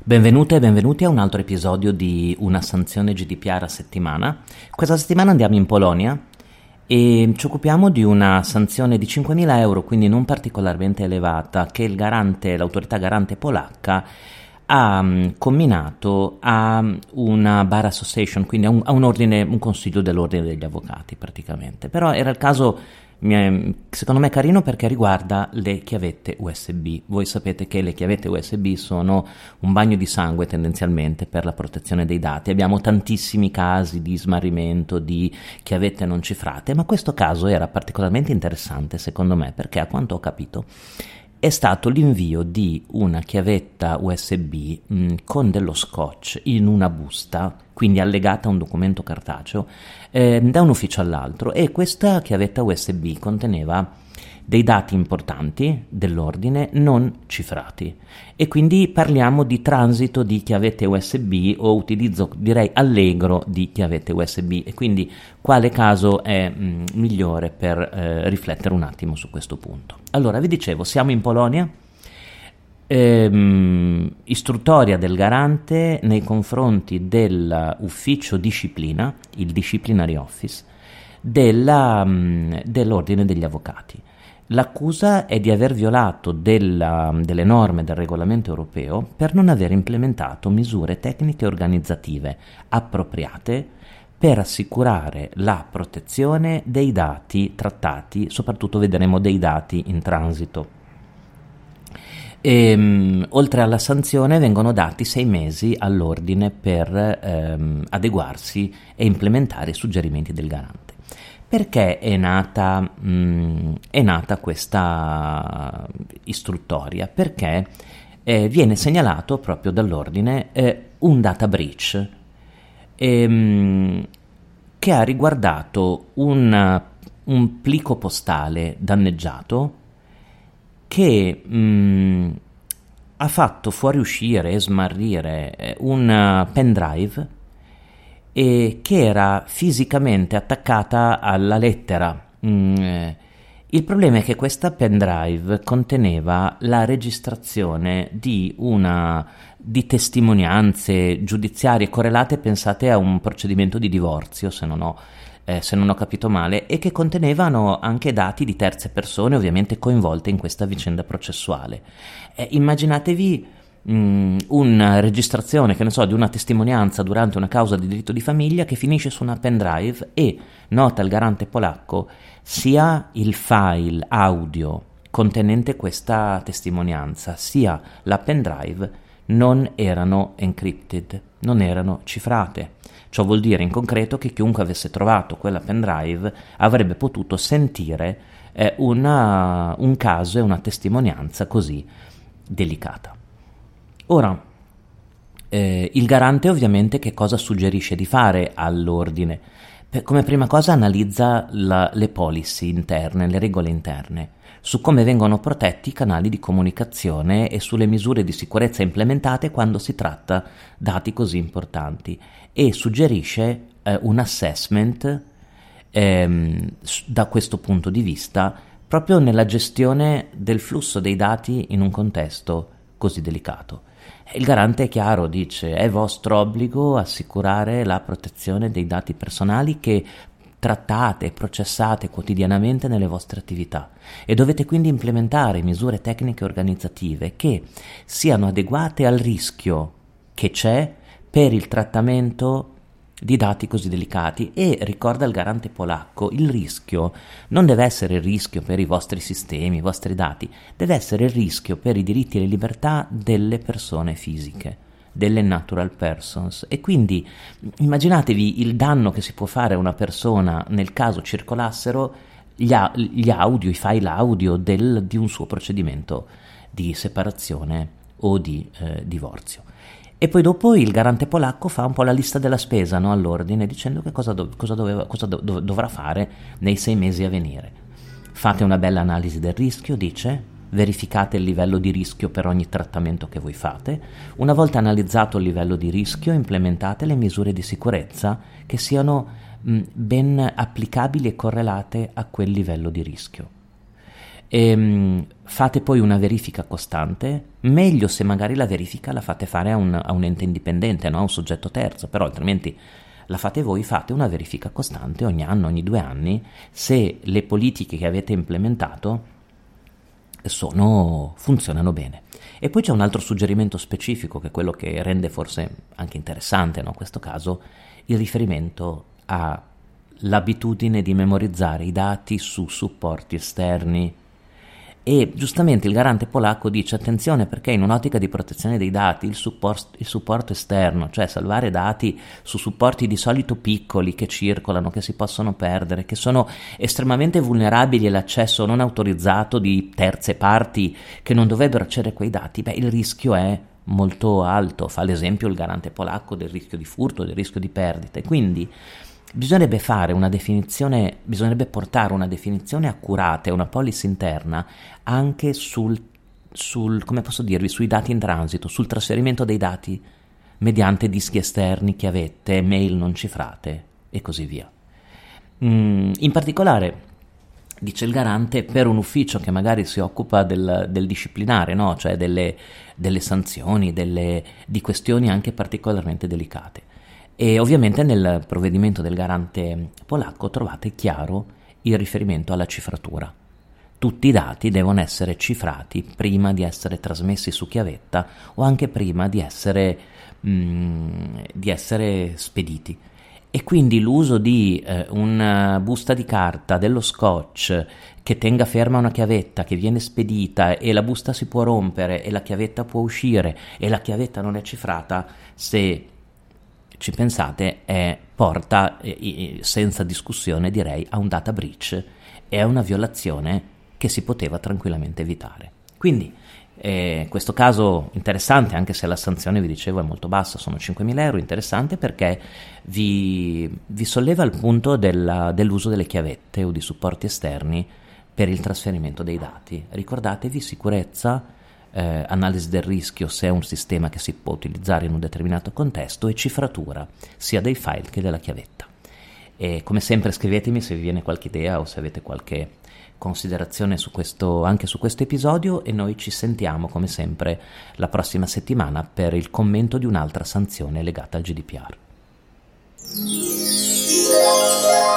Benvenute e benvenuti a un altro episodio di Una sanzione GDPR a settimana. Questa settimana andiamo in Polonia e ci occupiamo di una sanzione di 5.000 euro, quindi non particolarmente elevata, che l'autorità garante polacca ha comminato a una bar association, quindi a un consiglio dell'ordine degli avvocati praticamente. Però era il caso, secondo me, carino perché riguarda le chiavette USB. Voi sapete che le chiavette USB sono un bagno di sangue tendenzialmente per la protezione dei dati. Abbiamo tantissimi casi di smarrimento di chiavette non cifrate, ma questo caso era particolarmente interessante secondo me perché, a quanto ho capito, è stato l'invio di una chiavetta USB con dello scotch in una busta, quindi allegata a un documento cartaceo, da un ufficio all'altro, e questa chiavetta USB conteneva dei dati importanti dell'ordine non cifrati, e quindi parliamo di transito di chiavette USB o utilizzo, direi, allegro di chiavette USB, e quindi quale caso è migliore per riflettere un attimo su questo punto. Allora, vi dicevo, siamo in Polonia. Istruttoria del garante nei confronti dell'ufficio disciplina, il disciplinary office, dell'ordine degli avvocati. L'accusa è di aver violato delle norme del regolamento europeo per non aver implementato misure tecniche e organizzative appropriate per assicurare la protezione dei dati trattati, soprattutto vedremo dei dati in transito. Oltre alla sanzione vengono dati 6 mesi all'ordine per adeguarsi e implementare i suggerimenti del garante. Perché è nata questa istruttoria? Perché viene segnalato proprio dall'ordine un data breach che ha riguardato un plico postale danneggiato che ha fatto fuoriuscire e smarrire un pendrive e che era fisicamente attaccata alla lettera. Il problema è che questa pendrive conteneva la registrazione di testimonianze giudiziarie correlate, pensate a un procedimento di divorzio, se non ho capito male, e che contenevano anche dati di terze persone ovviamente coinvolte in questa vicenda processuale. Immaginatevi una registrazione, che ne so, di una testimonianza durante una causa di diritto di famiglia che finisce su una pendrive e, nota il garante polacco, sia il file audio contenente questa testimonianza sia la pendrive non erano encrypted, non erano cifrate. Ciò vuol dire in concreto che chiunque avesse trovato quella pendrive avrebbe potuto sentire un caso e una testimonianza così delicata. Ora, il garante ovviamente che cosa suggerisce di fare all'ordine? Come prima cosa analizza le policy interne, le regole interne, su come vengono protetti i canali di comunicazione e sulle misure di sicurezza implementate quando si tratta dati così importanti, e suggerisce un assessment da questo punto di vista proprio nella gestione del flusso dei dati in un contesto così delicato. Il garante, è chiaro, dice: è vostro obbligo assicurare la protezione dei dati personali che trattate e processate quotidianamente nelle vostre attività, e dovete quindi implementare misure tecniche e organizzative che siano adeguate al rischio che c'è per il trattamento di dati così delicati. E ricorda il garante polacco, il rischio non deve essere il rischio per i vostri sistemi, i vostri dati, deve essere il rischio per i diritti e le libertà delle persone fisiche, delle natural persons. E quindi immaginatevi il danno che si può fare a una persona nel caso circolassero gli audio, i file audio di un suo procedimento di separazione o di divorzio. E poi dopo il garante polacco fa un po' la lista della spesa, no, all'ordine, dicendo che cosa dovrà fare nei 6 mesi a venire. Fate una bella analisi del rischio, dice, verificate il livello di rischio per ogni trattamento che voi fate. Una volta analizzato il livello di rischio, implementate le misure di sicurezza che siano ben applicabili e correlate a quel livello di rischio. fate poi una verifica costante, meglio se magari la verifica la fate fare a un ente indipendente, no? A un soggetto terzo, però altrimenti la fate voi, fate una verifica costante ogni anno, ogni 2 anni, se le politiche che avete implementato funzionano bene. E poi c'è un altro suggerimento specifico, che è quello che rende forse anche interessante, no? In questo caso, il riferimento all'abitudine di memorizzare i dati su supporti esterni. E giustamente il garante polacco dice: attenzione, perché in un'ottica di protezione dei dati il supporto esterno, cioè salvare dati su supporti di solito piccoli che circolano, che si possono perdere, che sono estremamente vulnerabili all'accesso non autorizzato di terze parti che non dovrebbero accedere a quei dati, il rischio è molto alto. Fa l'esempio il garante polacco del rischio di furto, del rischio di perdita, e quindi bisognerebbe portare una definizione accurata e una policy interna anche come posso dirvi, sui dati in transito, sul trasferimento dei dati mediante dischi esterni, chiavette, mail non cifrate e così via. In particolare, dice il garante, per un ufficio che magari si occupa del disciplinare, no? Cioè delle sanzioni, di questioni anche particolarmente delicate. E ovviamente nel provvedimento del garante polacco trovate chiaro il riferimento alla cifratura. Tutti i dati devono essere cifrati prima di essere trasmessi su chiavetta o anche prima di essere spediti. E quindi l'uso di una busta di carta, dello scotch che tenga ferma una chiavetta che viene spedita e la busta si può rompere e la chiavetta può uscire e la chiavetta non è cifrata, se ci pensate, porta senza discussione, direi, a un data breach e a una violazione che si poteva tranquillamente evitare. Quindi questo caso interessante, anche se la sanzione, vi dicevo, è molto bassa, sono 5.000 euro, interessante perché vi solleva il punto dell'uso delle chiavette o di supporti esterni per il trasferimento dei dati. Ricordatevi, sicurezza, analisi del rischio se è un sistema che si può utilizzare in un determinato contesto, e cifratura sia dei file che della chiavetta. E come sempre scrivetemi se vi viene qualche idea o se avete qualche considerazione anche su questo episodio, e noi ci sentiamo come sempre la prossima settimana per il commento di un'altra sanzione legata al GDPR.